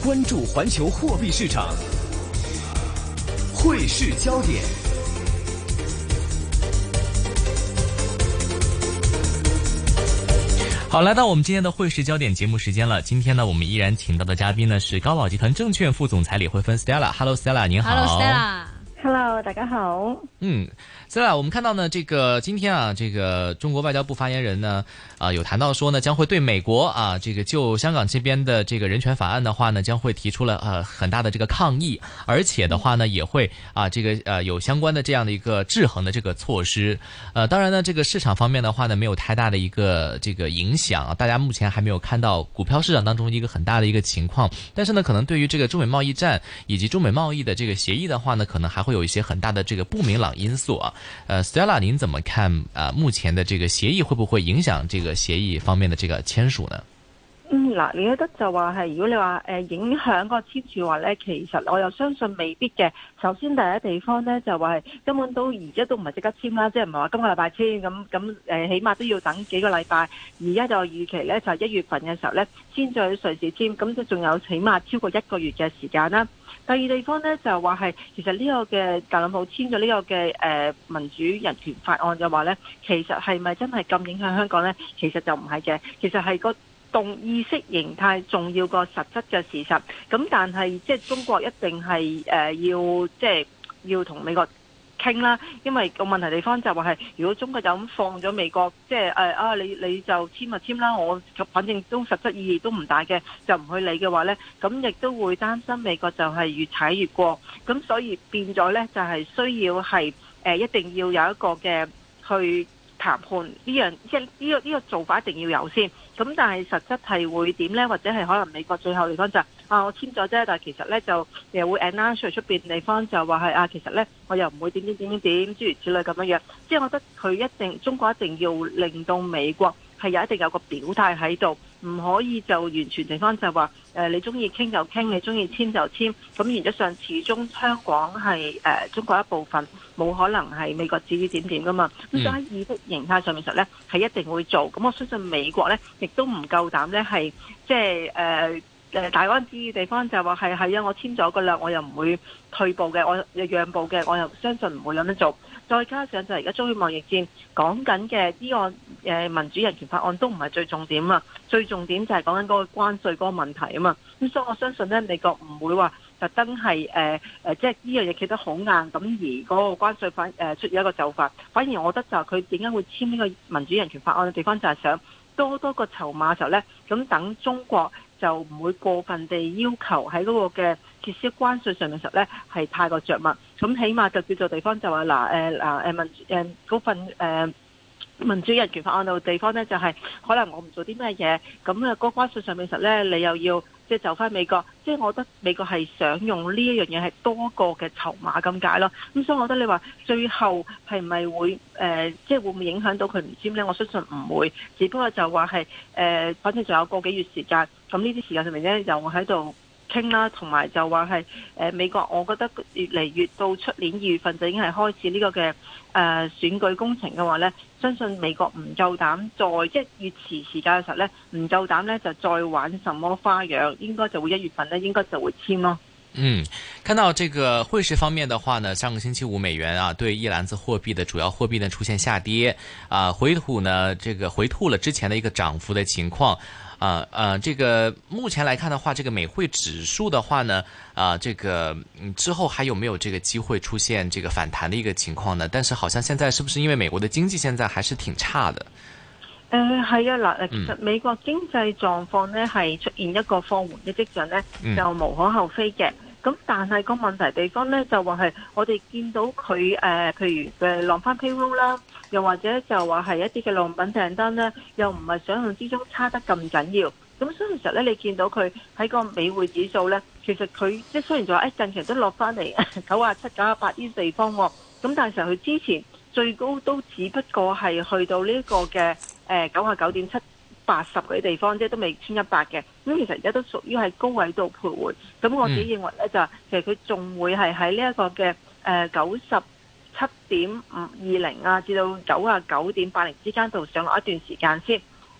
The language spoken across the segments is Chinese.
关注环球货币市场，汇市焦点。 好，来到我们今天的汇市焦点节目时间了。今天呢，我们依然请到的嘉宾呢是高宝集团证券副总裁李慧芬 Stella。Hello Stella， 您好。 Hello Stella。Hello， 大家好。 Stella， 我们看到呢，这个今天啊，这个中国外交部发言人呢，有谈到说呢，将会对美国啊，这个就香港这边的这个人权法案的话呢，将会提出了很大的这个抗议，而且的话呢，也会这个有相关的这样的一个制衡的这个措施。当然呢，这个市场方面的话呢，没有太大的一个这个影响啊，大家目前还没有看到股票市场当中一个很大的一个情况。但是呢，可能对于这个中美贸易战以及中美贸易的这个协议的话呢，可能还会有一些很大的这个不明朗因素啊。Stella， 您怎么看目前的这个協議會不會影響這個協議方面的這個簽署呢？ 嗱，你覺得就話係，如果你話影響個簽署話咧，其實我又相信未必嘅。首先第一地方咧就話係根本都而家都唔係即刻簽啦，即係唔係話今個禮拜簽咁起碼都要等幾個禮拜。而家就預期咧就係1月份嘅時候咧先再去瑞士簽，咁就仲有起碼超過1個月嘅時間啦。第二地方咧就話係其實呢個嘅特朗普簽咗呢個嘅民主人權法案嘅話咧，其實係咪真係咁影響香港咧？其實就唔係嘅，其實係個意識形態重要過實質嘅事實。咁但係即係中國一定係要同美國傾啦，因為個問題地方就話係如果中國就咁放咗美國，即係你就簽就簽啦，我反正都實質意義都唔大嘅，就唔去理嘅話呢，咁亦都會擔心美國就係越踩越過，咁所以變咗呢，就係需要係一定要有一個嘅去談判呢樣，即係呢個做法一定要有先。咁但係實質係會點呢？或者係可能美國最後地方就我簽咗啫，但係其實呢就又會 announce 出邊地方就話係其實呢我又唔會點諸如此類咁樣樣。即係我覺得佢中國一定要令到美國係一定有個表態喺度，唔可以就完全地方就話你中意傾就傾，你中意簽就簽。咁原則上始終香港係中國一部分，冇可能係美國指指點點噶嘛。咁所以喺意識形態上面實呢係一定會做。咁我相信美國呢亦都唔夠膽呢係即係大安旨意地方就話係我簽咗噶啦，我又唔會退步嘅，我又讓步嘅，我又相信唔會咁樣做。再加上就係而家中美貿易戰講緊嘅呢個民主人權法案都唔係最重點啊，最重點就係講緊嗰個關稅嗰個問題啊嘛。咁所以我相信呢，美國唔會話特登係即係呢樣嘢企得好硬，咁而嗰個關稅出現一個就法。反而我覺得就係佢點解會簽呢個民主人權法案嘅地方就係想多個籌碼嘅時候呢，咁等中國就唔會過分地要求喺嗰個嘅撤銷關稅上面時候呢係太過着墨，咁起碼就叫做地方就話嗰份民主人權法案嘅地方呢，就係可能我唔做啲咩嘢，咁嗰個關稅上面實呢，你又要即係就翻美國，即係我覺得美國係想用呢一樣嘢係多個嘅籌碼咁解咯。咁所以我覺得你話最後係咪會即係會唔會影響到佢唔簽呢？我相信唔會，只不過就話係反正仲有個幾月時間，咁呢啲時間上面呢，又喺度傾啦，同埋就話係美國，我覺得越嚟越到出年2月份就已經係開始呢個嘅選舉工程嘅話呢，相信美國唔夠膽再即係越遲時間嘅時候呢，唔夠膽呢就再玩什麼花樣，應該就會1月份呢應該就會簽咯。 看到這個匯市方面的話呢，上個星期五美元對一籃子貨幣的主要貨幣呢出現下跌，回吐了之前的一個漲幅的情況。這個目前來看的話，這個美匯指數的話呢，這個之後還有沒有這個機會出現這個反彈的一個情況呢？但是好像現在是不是因為美國的經濟現在還是挺差的？ 係啊，嗱，其實美國經濟狀況呢係出現一個放緩嘅跡象呢，就無可厚非嘅。咁但係個問題地方呢，就話係我哋見到佢譬如浪翻 payroll 啦，又或者就話係一啲嘅農品訂單呢，又唔係想象之中差得咁緊要。咁所以其實呢，你見到佢喺個美匯指數呢，其實佢即係雖然就話近期都落翻嚟97、98呢地方喎，咁但係其實佢之前最高都只不過係去到呢個嘅99.780嗰啲地方，即係都未穿100嘅。咁其實而家都屬於係高位度徘徊。咁我自己認為呢，就其實佢仲會係喺呢一個嘅97.520至到99.80之間度上落一段時間先。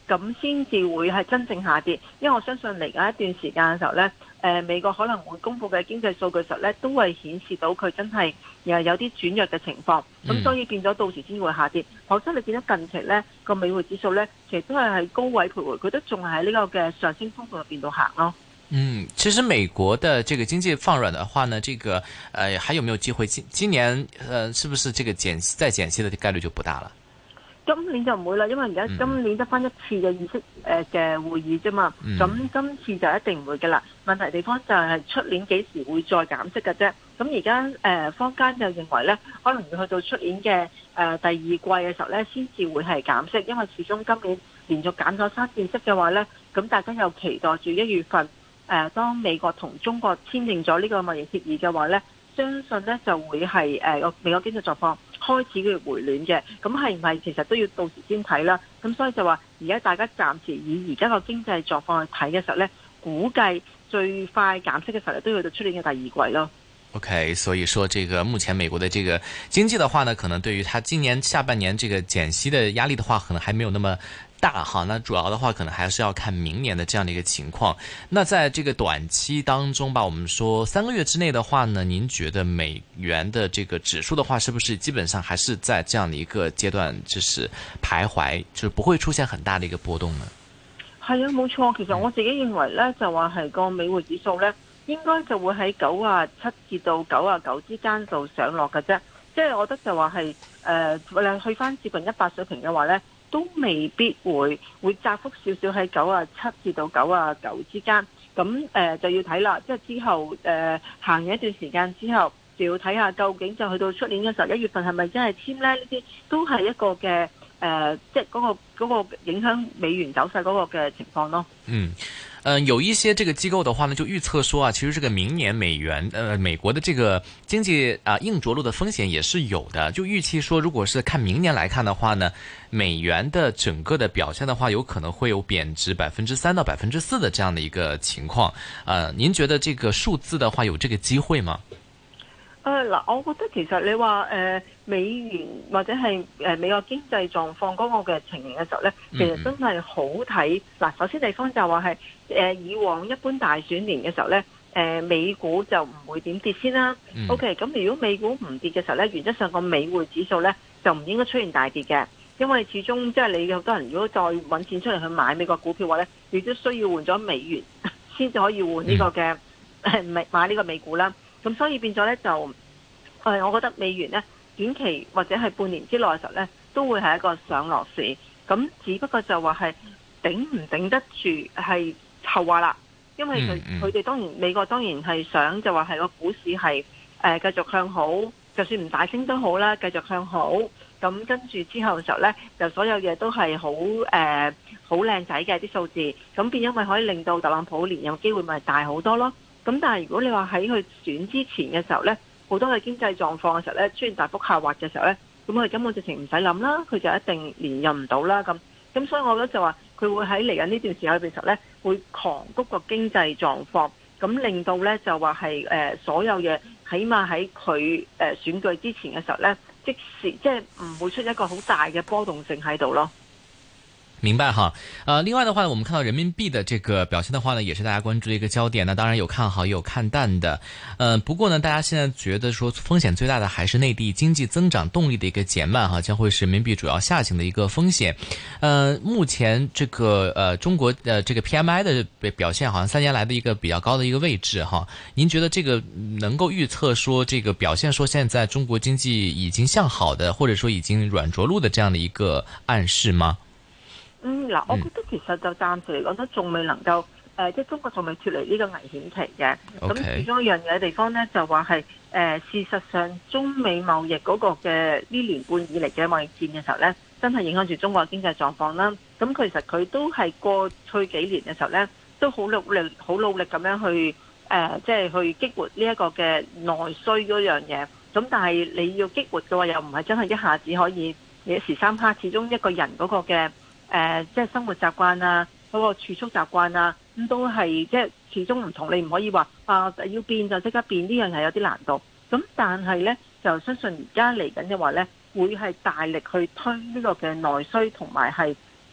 咁先至會係真正下跌。因為我相信嚟緊一段時間嘅時候呢，美國可能會公布嘅經濟數據時候呢，都會顯示到佢真係有啲轉弱嘅情況。咁所以變咗到時先會下跌。否則你見到近期呢個美匯指數呢，其實都係喺高位徘徊，佢都仲係喺呢個嘅上升風度入邊度行咯。 其實美國的這個經濟放軟的話呢，這個還有沒有機會？今年是不是這個再減息的概率就不大了？ 今年就唔會啦，因為而家今年得返一次嘅議息嘅會議啫嘛。咁今次就一定唔會嘅啦。問題地方就係出年幾時會再減息嘅啫。咁而家坊間就認為呢，可能要去到出年嘅第二季嘅時候呢，先至會係減息，因為始終今年連續減咗3次息嘅話呢，咁大家又期待住1月份。當美國同中國簽訂咗呢個貿易協議嘅話呢，相信呢就會係美國經濟狀況開始嘅回暖嘅。咁係唔係其實都要到時先睇啦。咁所以就話而家大家暫時以而家個經濟狀況去睇嘅時候呢，估計最快減息嘅時候都要到出年嘅第二季咯。 OK， 所以說這個目前美國的這個經濟的話呢，可能對於它今年下半年這個減息的壓力的話，可能還沒有那麼大哈，那主要的話可能還是要看明年的這樣的一個情況。那在這個短期當中吧，我們說3個月之內的話呢，您覺得美元的這個指數的話，是不是基本上還是在這樣的一個階段，就是徘徊，就是不會出現很大的一個波動呢？ 係啊，冇錯。其實我自己認為呢，就話係個美匯指數呢，應該就會喺97至到99之間度上落嘅啫。即係我覺得就話係去翻接近100水平嘅話呢，都未必會窄幅少少喺97至到99之間。咁就要睇啦，即係之後行完一段時間之後，就要睇下究竟就去到出年嘅時候1月份係咪真係簽呢？呢啲都係一個嘅即係嗰個影響美元走勢嗰個嘅情況咯。 有一些這個機構的話呢，就預測說啊，其實這個明年美國的這個經濟硬着陸的風險也是有的。就預期說，如果是看明年來看的話呢，美元的整個的表現的話，有可能會有貶值3%到4%的這樣的一個情況。您覺得這個數字的話，有這個機會嗎？ 嗱，我覺得其實你話美元或者係美國經濟狀況嗰個嘅情形嘅時候咧，其實真係好睇。嗱，首先地方就話係以往一般大選年嘅時候咧，美股就唔會點跌先啦。OK， 咁如果美股唔跌嘅時候咧，原則上個美匯指數咧就唔應該出現大跌嘅，因為始終即係你好多人如果再揾錢出嚟去買美國股票嘅話咧，你都需要換咗美元先至可以換呢個嘅買呢個美股啦。咁所以變咗咧就我覺得美元咧短期或者係半年之內嘅時候咧，都會係一個上落市。咁只不過就話係頂唔頂得住係後話啦。因為佢哋當然美國當然係想就話係個股市係繼續向好，就算唔大升都好啦，繼續向好。咁跟住之後嘅時候咧，就所有嘢都係好靚仔嘅啲數字。咁變因為可以令到特朗普連任機會咪大好多咯。咁但係如果你話喺佢選之前嘅時候咧，好多嘅經濟狀況嘅時候咧，出現大幅下滑嘅時候咧，咁佢根本直情唔使諗啦，佢就一定連任唔到啦。咁所以我覺得就話佢會喺嚟緊呢段時間嘅時候咧，會狂谷個經濟狀況，咁令到咧就話係所有嘢，起碼喺佢選舉之前嘅時候咧，即係唔會出一個好大嘅波動性喺度咯。 明白哈，另外的話呢，我們看到人民幣的這個表現的話呢，也是大家關注的一個焦點。那當然有看好，也有看淡的。不過呢，大家現在覺得說風險最大的還是內地經濟增長動力的一個減慢哈，將會是人民幣主要下行的一個風險。目前這個中國這個 PMI 的表現好像3年來的一個比較高的一個位置哈。您覺得這個能夠預測說這個表現說現在中國經濟已經向好的，或者說已經軟着陸的這樣的一個暗示嗎？ 嗱，我覺得其實就暫時嚟講都仲未能夠，即係中國仲未脫離呢個危險期嘅。咁其中一樣嘢地方咧，就話係事實上中美貿易嗰個嘅呢年半以嚟嘅貿易戰嘅時候咧，真係影響住中國嘅經濟狀況啦。咁其實佢都係過去幾年嘅時候咧，都好努力咁樣去即係去激活呢一個嘅內需嗰樣嘢。咁但係你要激活嘅話，又唔係真係一下子可以一時三刻，始終一個人嗰個嘅即係生活習慣啊，嗰個儲蓄習慣啊，咁都係即係始終唔同。你唔可以話要變就即刻變，呢樣係有啲難度。咁但係呢，就相信而家嚟緊嘅話呢，會係大力去推呢個嘅內需，同埋係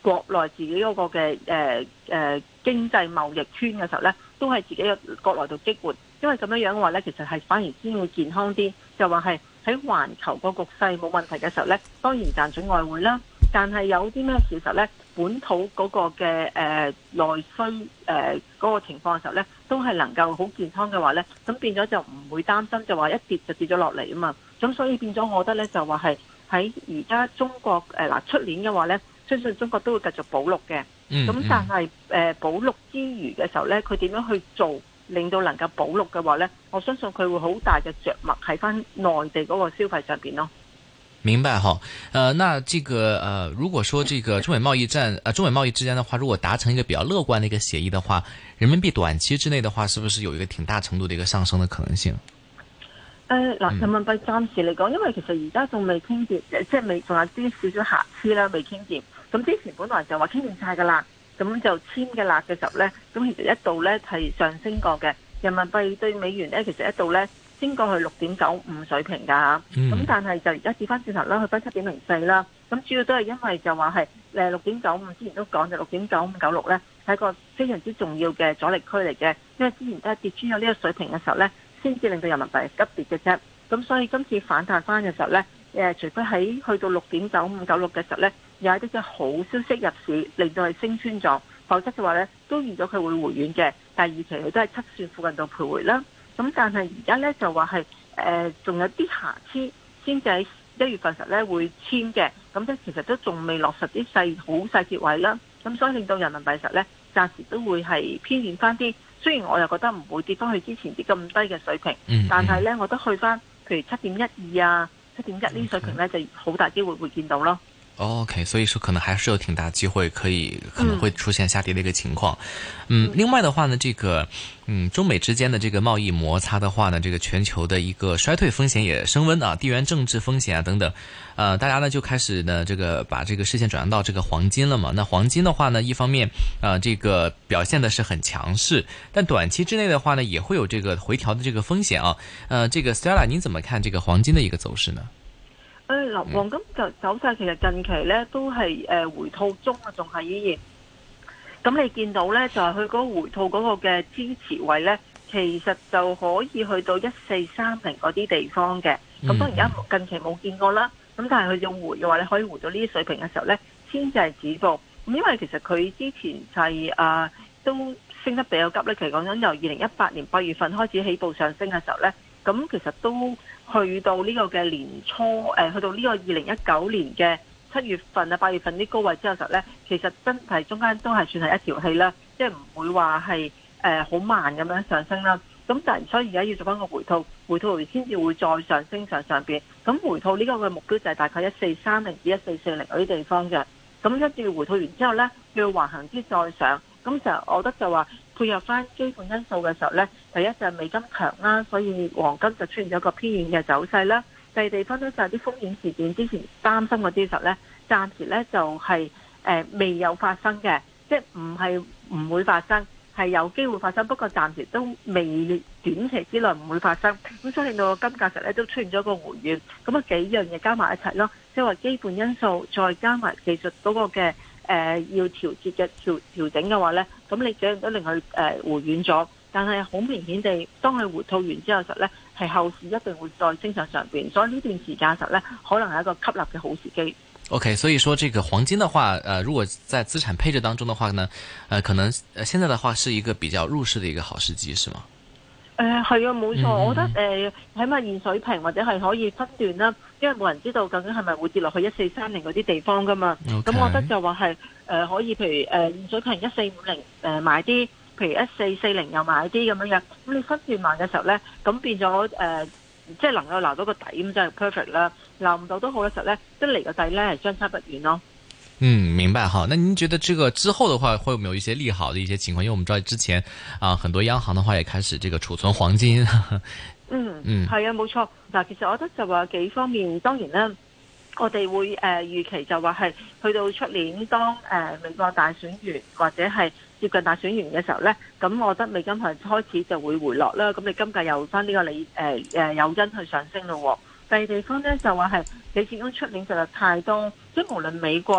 國內自己嗰個嘅經濟貿易圈嘅時候咧，都係自己嘅國內度激活，因為咁樣樣嘅話咧，其實係反而先會健康啲，就話係喺環球個局勢冇問題嘅時候咧，當然賺取外匯啦。但係有啲咩事實咧，本土嗰個嘅內需嗰個情況嘅時候咧，都係能夠好健康嘅話咧，咁變咗就唔會擔心，就話一跌就跌咗落嚟啊嘛。咁所以變咗，我覺得咧就話係喺而家中國出年嘅話咧，相信中國都會繼續保六嘅。咁但係保六之餘嘅時候咧，佢點樣去做，令到能夠保六嘅話咧，我相信佢會好大嘅着墨喺翻內地嗰個消費上邊咯。 明白哈，那這個如果說這個中美貿易之間的話，如果達成一個比較樂觀的一個協議的話，人民幣短期之內的話，是不是有一個挺大程度的一個上升的可能性？ 嗱，人民幣暫時嚟講，因為其實而家仲未傾掂，即係未仲有啲少少瑕疵啦，未傾掂。咁之前本來就話傾掂晒噶啦，咁就簽嘅啦嘅時候咧，咁其實一度咧係上升過嘅，人民幣對美元咧其實一度咧升過去6.95水平㗎，咁但係就而家跌翻轉頭啦，去翻7.04啦。咁主要都係因為就話係6.95之前都講就6.9596咧係一個非常之重要嘅阻力區嚟嘅，因為之前都係跌穿咗呢個水平嘅時候咧，先至令到人民幣急跌嘅啫。咁所以今次反彈翻嘅時候咧，除非喺去到6.9596嘅時候咧，有一啲嘅好消息入市，令到佢升穿咗，否則嘅話咧都預咗佢會回軟嘅。第二期佢都係7算附近度徘徊啦。咁但係而家咧就話係仲有啲瑕疵，先至喺1月份時咧會簽嘅，咁即係其實都仲未落實啲好細節位啦。咁所以令到人民幣實咧暫時都會係偏軟翻啲。雖然我又覺得唔會跌翻去之前啲咁低嘅水平，但係咧我覺得去翻譬如7.12啊、7.1呢水平咧就好大機會會見到咯。 OK， 所以說可能還是有挺大機會可能會出現下跌的一個情況。另外的話呢，這個中美之間的這個貿易摩擦的話呢，這個全球的一個衰退風險也升溫啊，地緣政治風險啊等等，大家呢就開始呢這個把這個視線轉向到這個黃金了嘛。那黃金的話呢，一方面這個表現的是很強勢，但短期之內的話呢，也會有這個回調的這個風險啊。這個 Stella， 您怎麼看這個黃金的一個走勢呢？ 嗱，黃金就走勢其實近期咧都係回吐中啊，仲係依然。咁你見到咧就係佢嗰個回吐嗰個嘅支持位咧，其實就可以去到1430嗰啲地方嘅。咁當然而家近期冇見過啦。咁但係佢要回嘅話咧，可以回到呢啲水平嘅時候咧，先至係止步。咁因為其實佢之前就係都升得比較急咧。其實講緊由2018年8月份開始起步上升嘅時候咧，咁其實都去到呢個嘅年初，去到呢個2019年嘅7月份啊、8月份啲高位之後時候咧，其實真係中間都係算係一條氣啦，即係唔會話係好慢咁樣上升啦。咁但係所以而家要做翻個回吐完先至會再上升上邊。咁回吐呢個嘅目標就係大概1430至1440嗰啲地方嘅。咁跟住回吐完之後咧，要橫行之再上。咁就我覺得就話配合翻基本因素嘅時候咧，第一就係美金強啦，所以黃金就出現咗個偏軟嘅走勢啦。第二地方咧就係啲風險事件之前擔心嗰啲時候咧，暫時咧就係未有發生嘅，即係唔係唔會發生，係有機會發生，不過暫時都未短期之內唔會發生。咁所以令到個金價實咧都出現咗個回軟，咁啊幾樣嘢加埋一齊咯，即係話基本因素再加埋技術嗰個嘅要調節嘅調整嘅話咧，咁你這樣都令佢回軟咗。但係好明顯地，當佢回吐完之後實咧，係後市一定會再升上邊，所以呢段時間實咧，可能係一個吸納嘅好時機。 OK， 所以說這個黃金的話，如果在資產配置當中的話呢，可能現在的話是一個比較入市的一個好時機，是嗎？ 係啊，冇錯，我覺得起碼現水平或者係可以分段啦，因為冇人知道究竟係咪會跌落去1430嗰啲地方噶嘛。咁 Okay. 我覺得就話係可以，譬如現水平1450買啲。譬如1440又買啲咁樣，咁你分段買嘅時候咧，咁變咗即係能夠撈到個底咁就係 perfect 啦。撈唔到都好嘅時候咧，即係離個底咧係相差不遠咯。 明白哈。那您覺得這個之後的話，會有沒有一些利好的一些情況？因為我們知道之前很多央行的話也開始這個儲存黃金。 係啊，冇錯。嗱，其實我覺得就話幾方面，當然啦。我哋會預期就話係去到出年當美國大選完或者係接近大選完嘅時候咧，咁我覺得美金係開始就會回落啦。咁你金價又翻呢個誘因去上升咯。第二地方咧就話係你始終出年實在太多，即係無論美國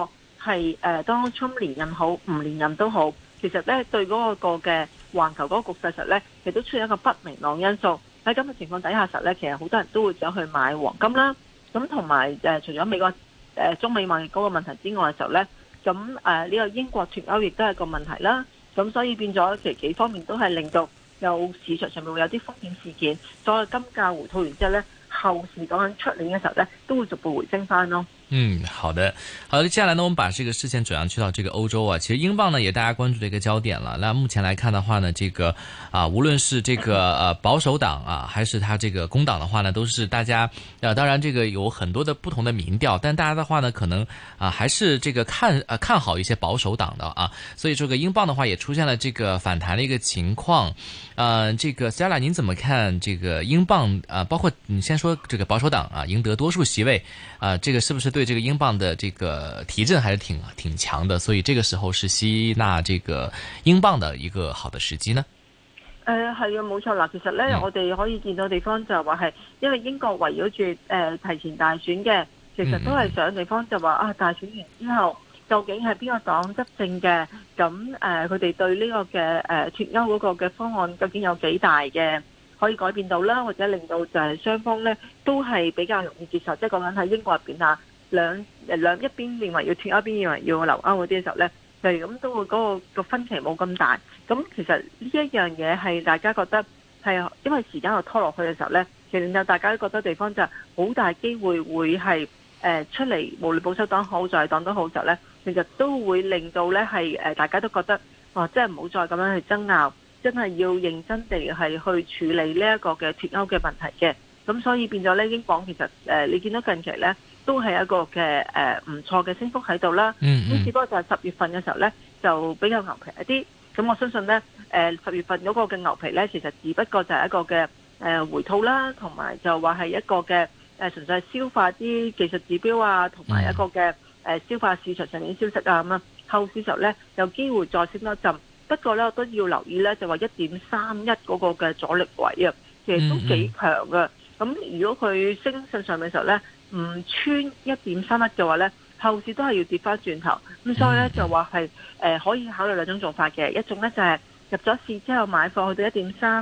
係當初連任好唔連任都好，其實咧對嗰個嘅環球嗰個局勢實咧，其實都出現一個不明朗因素。喺咁嘅情況底下實咧，其實好多人都會走去買黃金啦。咁同埋除咗美國中美貿易嗰個問題之外嘅時候咧，咁呢個英國脫歐亦都係個問題啦。咁所以變咗其實幾方面都係令到有市場上面會有啲風險事件，所以金價回吐完之後咧，後市講緊出年嘅時候咧，都會逐步回升翻咯。 好的，好的。接下來呢，我們把這個視線轉向去到這個歐洲啊。其實英鎊呢，也大家關注的一個焦點了。那目前來看的話呢，這個無論是這個保守黨啊，還是他這個工黨的話呢，都是大家當然這個有很多的不同的民調，但大家的話呢，可能還是這個看好一些保守黨的啊。所以這個英鎊的話也出現了這個反彈的一個情況。這個 Stella 您怎麼看這個英鎊包括你先說這個保守黨贏得多數席位這個是不是對這個英鎊的這個提振還是挺強的，所以這個時候是吸納這個英鎊的一個好的時機呢？ 係啊，冇錯啦。其實咧，我哋可以見到地方就話係，因為英國圍繞住提前大選嘅，其實都係想地方就話大選完之後，究竟係邊個黨執政嘅？咁佢哋對呢個嘅脫歐嗰個嘅方案究竟有幾大嘅可以改變到啦，或者令到就係雙方咧都係比較容易接受，即係講緊喺英國入邊兩一邊認為要脫歐，一邊認為要留歐嗰啲嘅時候咧，就咁都會嗰個分歧冇咁大。咁其實呢一樣嘢係大家覺得係因為時間又拖落去嘅時候咧，其實令到大家都覺得地方就係好大機會會係出嚟，無論保守黨好在黨都好時候咧，其實都會令到咧係大家都覺得即係唔好再咁樣去爭拗，真係要認真地係去處理呢一個嘅脫歐嘅問題嘅。咁所以變咗咧，英鎊其實你見到近期咧都係一個嘅唔錯嘅升幅喺度啦。咁只不過就係10月份嘅時候咧就比較牛皮一啲。咁我相信咧10月份嗰個嘅牛皮咧，其實只不過就係一個嘅回吐啦，同埋就話係一個嘅純粹係消化啲技術指標啊，同埋一個嘅消化市場上面消息啊咁啊。後市時候咧有機會再升多陣，不過咧我都要留意咧，就話1.31嗰個嘅阻力位啊，其實都幾強㗎。咁如果佢升上面嘅時候咧，唔穿1.31嘅話咧，後市都係要跌翻轉頭。咁所以咧就話係可以考慮兩種做法嘅，一種咧就係入咗市之後買貨去到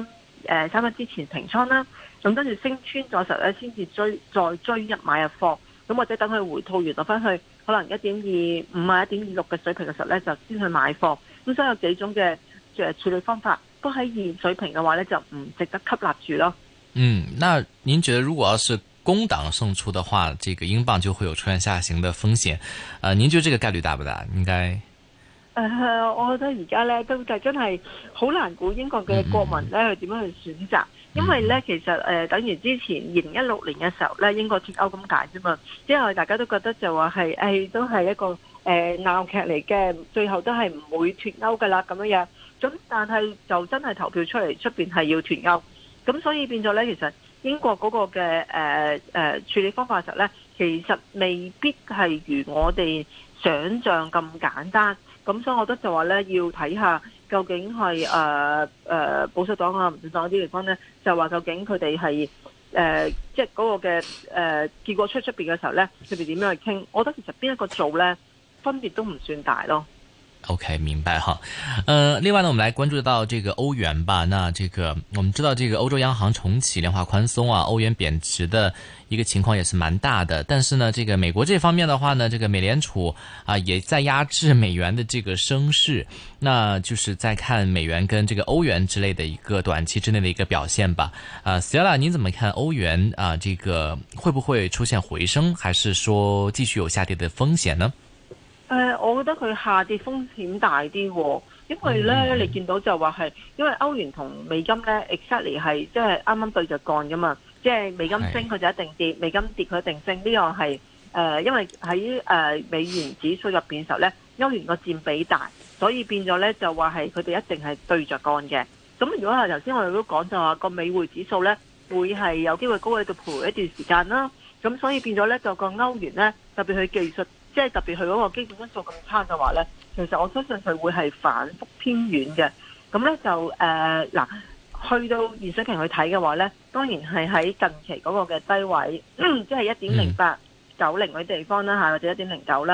1.31之前平倉啦，咁跟住升穿咗時候咧先至再追入買入貨，咁或者等佢回吐完落翻去可能1.25啊1.26嘅水平嘅時候咧就先去買貨。咁所以有幾種嘅處理方法都喺現水平嘅話咧就唔值得吸納住咯。 那您覺得如果要是工黨勝出的話，這個英鎊就會有出現下行的風險。您覺得這個概率大不大？應該我覺得而家咧都真係好難估英國嘅國民咧佢點樣去選擇，因為咧其實等於之前2016年嘅時候咧英國脫歐咁解啫嘛，之後大家都覺得就話係都係一個鬧劇嚟嘅，最後都係唔會脫歐噶啦咁樣樣。咁但係就真係投票出嚟出邊係要脫歐。咁所以變咗咧，其實英國嗰個嘅處理方法實咧，其實未必係如我哋想像咁簡單。咁所以我覺得就話咧，要睇下究竟係保守黨啊、民主黨嗰啲地方咧，就話究竟佢哋係即係嗰個嘅結果出邊嘅時候咧，佢哋點樣去傾？我覺得其實邊一個做咧，分別都唔算大咯。 OK，明白哈。另外呢，我們來關注到這個歐元吧。那這個我們知道，這個歐洲央行重啟量化寬鬆啊，歐元貶值的一個情況也是蠻大的。但是呢，這個美國這方面的話呢，這個美聯儲啊也在壓制美元的這個升勢。那就是在看美元跟這個歐元之類的一個短期之內的一個表現吧。Stella，您怎麼看歐元啊？這個會不會出現回升，還是說繼續有下跌的風險呢？ 我覺得佢下跌風險大啲喎，因為咧你見到就話係，因為歐元同美金咧 exactly 係即係啱啱對着幹噶嘛，即係美金升佢就一定跌，美金跌佢一定升，呢個係因為喺美元指數入邊嘅時候咧，歐元個佔比大，所以變咗咧就話係佢哋一定係對着幹嘅。咁如果係頭先我哋都講就話個美匯指數咧會係有機會高喺度徘徊一段時間啦，咁所以變咗咧就個歐元咧特別佢技術。即係特別佢嗰個基本因素咁差嘅話咧，其實我相信佢會係反覆偏軟嘅。咁咧就嗱，去到現水平去睇嘅話咧，當然係喺近期嗰個嘅低位，即係1.0890嗰啲地方啦嚇，或者1.09啦。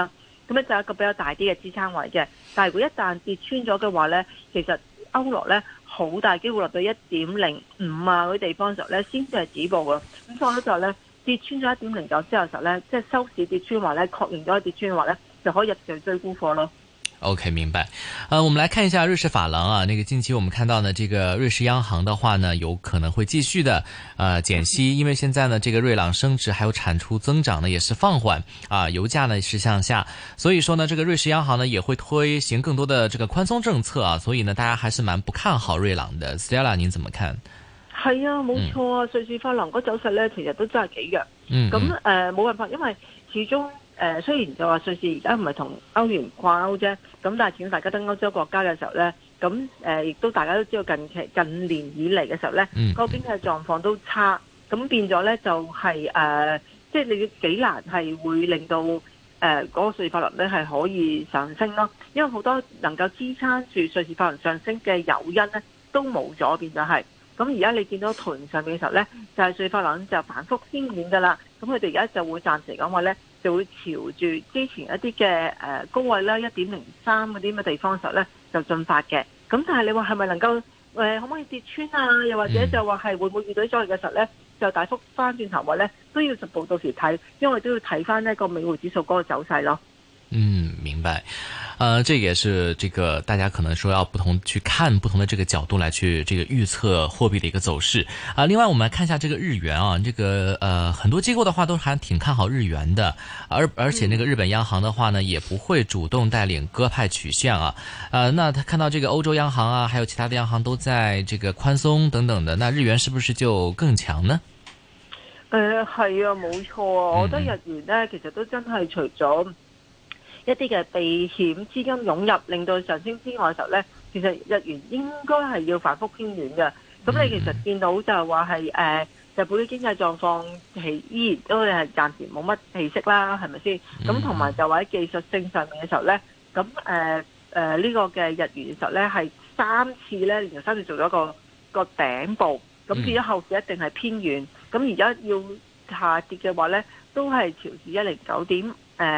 咁咧就有一個比較大啲嘅支撐位嘅。但係如果一旦跌穿咗嘅話咧，其實歐羅咧好大機會落到1.05啊嗰啲地方嘅時候咧，先至係止步嘅。咁所以咧就咧跌穿咗1.09之後嘅時候咧，即係收市跌穿話咧，確認咗跌穿嘅話咧，就可以入場追沽貨咯。 OK， 明白。我們來看一下瑞士法郎啊，那個近期我們看到呢，這個瑞士央行的話呢，有可能會繼續的減息，因為現在呢，這個瑞郎升值還有產出增長呢，也是放緩啊，油價呢是向下，所以說呢，這個瑞士央行呢也會推行更多的這個寬鬆政策啊，所以呢，大家還是蠻不看好瑞郎的。Stella， 您怎麼看？ 係啊，冇錯啊，瑞士法郎嗰走勢呢，其實都真係幾弱。咁冇辦法，因為始終。雖然就話瑞士而家唔係同歐元掛鈎啫，咁但係始終大家都歐洲國家嘅時候咧，咁亦都大家都知道近年以嚟嘅時候咧，個經濟狀況都差，咁變咗咧就係即係你幾難係會令到嗰個瑞士法郎咧係可以上升咯，因為好多能夠支撐住瑞士法郎上升嘅誘因咧都冇咗，變咗係。咁而家你見到圖形上面嘅時候咧，就係瑞士法郎就反覆偏軟㗎啦，咁佢哋而家就會暫時講話咧。就會朝住之前一啲嘅高位啦，1.03嗰啲咁嘅地方嘅時候咧，就進發嘅。咁但係你話係咪能夠可唔可以跌穿啊？又或者就話係會唔會遇到阻力嘅時候咧，就大幅翻轉頭話咧，都要逐步到時睇，因為都要睇翻呢個美匯指數嗰個走勢咯。 明白。這也是這個大家可能說要去看不同的這個角度來去這個預測貨幣的一個走勢啊。另外我們來看一下這個日元啊，這個很多機構的話都還挺看好日元的，而且那個日本央行的話呢，也不會主動帶領鴿派取向啊。那他看到這個歐洲央行啊，還有其他的央行都在這個寬鬆等等的，那日元是不是就更強呢？ 係啊，冇錯啊，我覺得日元呢，其實都真係除咗一啲嘅避險資金湧入，令到上升之外嘅時候咧，其實日元應該係要反覆偏軟嘅。咁你其實見到就係話係日本嘅經濟狀況係依然都係暫時冇乜氣息啦，係咪先？咁同埋就話喺技術性上面嘅時候咧，咁呢個嘅日元嘅時候咧係3次咧連續3次做咗個頂部，咁變咗後市一定係偏軟。咁而家要下跌嘅話咧，都係朝住109點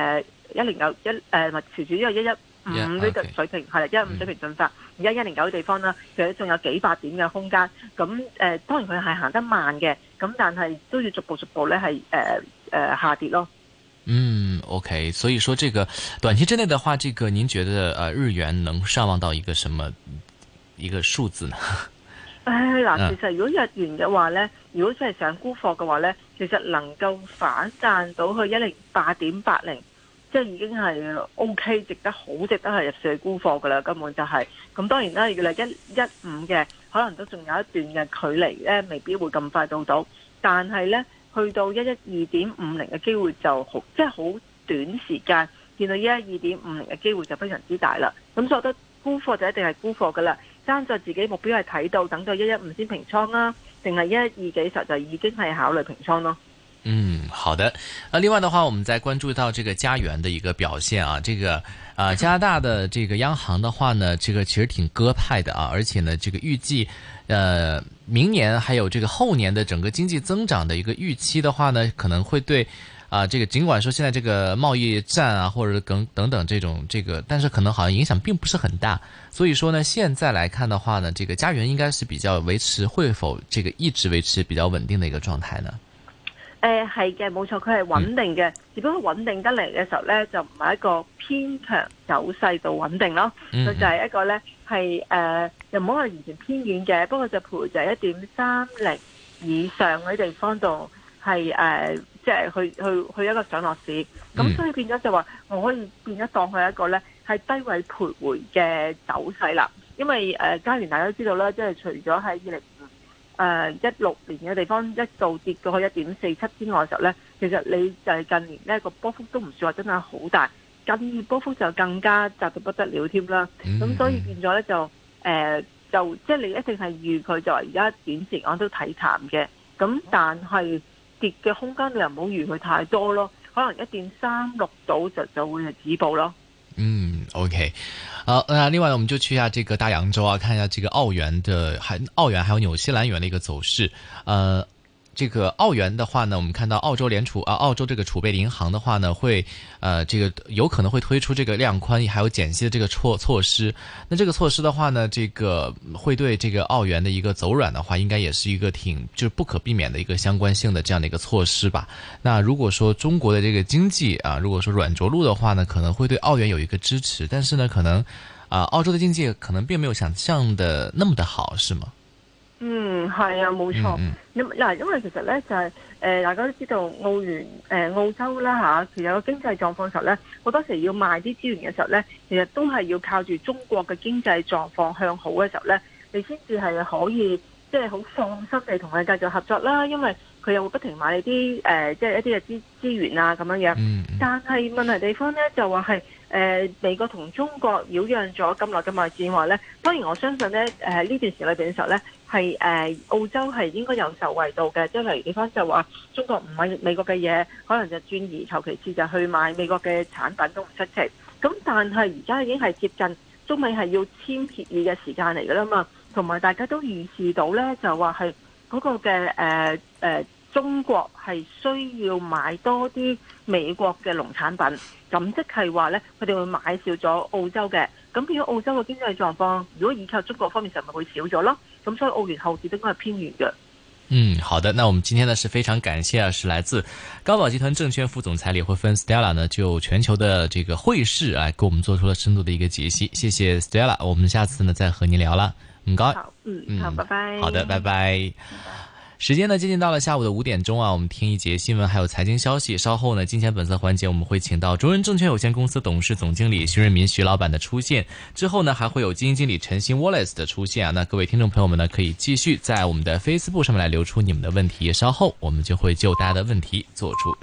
109朝住呢個115呢個水平係啦，115水平進發。而家109嘅地方啦，其實仲有幾百點嘅空間。咁當然佢係行得慢嘅，咁但係都要逐步咧係下跌咯。 OK， 所以說這個短期之內的話，這個您覺得日元能上望到一個什麼一個數字呢？ 嗱，其實如果日元嘅話咧，如果真係想沽貨嘅話咧，其實能夠反彈到去108.80。即係已經係 OK，值得係入市沽貨㗎啦，根本就係。咁當然啦，如果係115嘅，可能都仲有一段嘅距離咧，未必會咁快到。但係咧，去到112.50嘅機會就好，即係好短時間見到112.50嘅機會就非常之大啦。咁所以我覺得沽貨就一定係沽貨㗎啦。爭在自己目標係睇到，等到115先平倉啦，定係112幾實就已經係考慮平倉咯。 好的。另外的話，我們再關注到這個加元的一個表現啊，這個加拿大的這個央行的話呢，這個其實挺鴿派的啊，而且呢，這個預計明年還有這個後年的整個經濟增長的一個預期的話呢，可能會對這個盡管說現在這個貿易戰啊，或者等等這種這個，但是可能好像影響並不是很大，所以說呢，現在來看的話呢，這個加元應該是比較維持，會否這個一直維持比較穩定的一個狀態呢？ 係嘅，冇錯，佢係穩定嘅，只不過穩定得嚟嘅時候咧，就唔係一個偏強走勢度穩定咯。佢就係一個咧係又唔好話完全偏遠嘅，不過就陪就係1.30以上嗰啲地方度係即係去一個上落市。咁所以變咗就話我可以變咗當佢一個咧係低位徘徊嘅走勢啦。因為加元大家都知道啦，即係除咗喺2016年嘅地方一度跌過去1.47之外嘅時候咧，其實你就係近年呢個波幅都唔算話真係好大，近月波幅就更加窄到不得了添啦。咁所以變咗咧就即係你一定係預佢就話而家短時間都睇淡嘅，咁但係跌嘅空間你又唔好預佢太多咯，可能1.36度就會係止步咯。 OK， 好，那另外我們就去一下這個大洋洲啊，看一下這個澳元還有紐西蘭元的一個走勢。 这个澳元的话呢，我们看到澳洲这个储备银行的话呢，会这个有可能会推出这个量宽还有减息的这个措施。那这个措施的话呢，这个会对这个澳元的一个走软的话，应该也是一个就是不可避免的一个相关性的这样的一个措施吧。那如果说中国的这个经济如果说软着陆的话呢，可能会对澳元有一个支持，但是呢，可能澳洲的經濟可能並沒有想象的那麼的好，是嗎？ 係啊，冇錯。因為其實咧就係大家都知道澳元澳洲啦其實個經濟狀況嘅時候咧，好多時要賣啲資源嘅時候咧，其實都係要靠住中國嘅經濟狀況向好嘅時候咧，你先至係可以即係好放心地同佢繼續合作啦，因為佢又會不停買你啲即係一啲嘅資源啊咁樣樣。但係問題地方咧就話係美國同中國擾攘咗咁耐嘅貿易戰話咧，當然我相信咧呢段時間裏邊嘅時候咧係澳洲係應該有受惠到嘅，即係例如地方就話中國唔買美國嘅嘢，可能就轉移求其次就去買美國嘅產品都唔出奇。咁但係而家已經係接近中美係要簽協議嘅時間嚟㗎啦嘛，同埋大家都預示到咧就話係嗰個嘅中國係需要買多啲美國嘅農產品，咁即係話咧佢哋會買少咗澳洲嘅，咁變咗澳洲嘅經濟狀況，如果依靠中國方面就咪會少咗咯，咁所以澳元後市都應該係偏軟嘅。 好的，那我們今天呢是非常感謝是來自高寶集團證券副總裁李慧芬 Stella 呢就全球的這個匯市給我們做出了深度的一個解析，謝謝 Stella， 我們下次呢再和您聊啦，唔該。 好，好，拜拜。 好的，拜拜。時間呢接近到了下午的5點鐘我們聽一節新聞還有財經消息，稍後呢金錢本色環節我們會請到中人證券有限公司董事總經理徐潤民徐老闆的出現，之後呢還會有基金經理陳昕 Wallace 的出現那各位聽眾朋友們呢可以繼續在我們的 Facebook 上面來留出你們的問題，稍後我們就會就大家的問題做出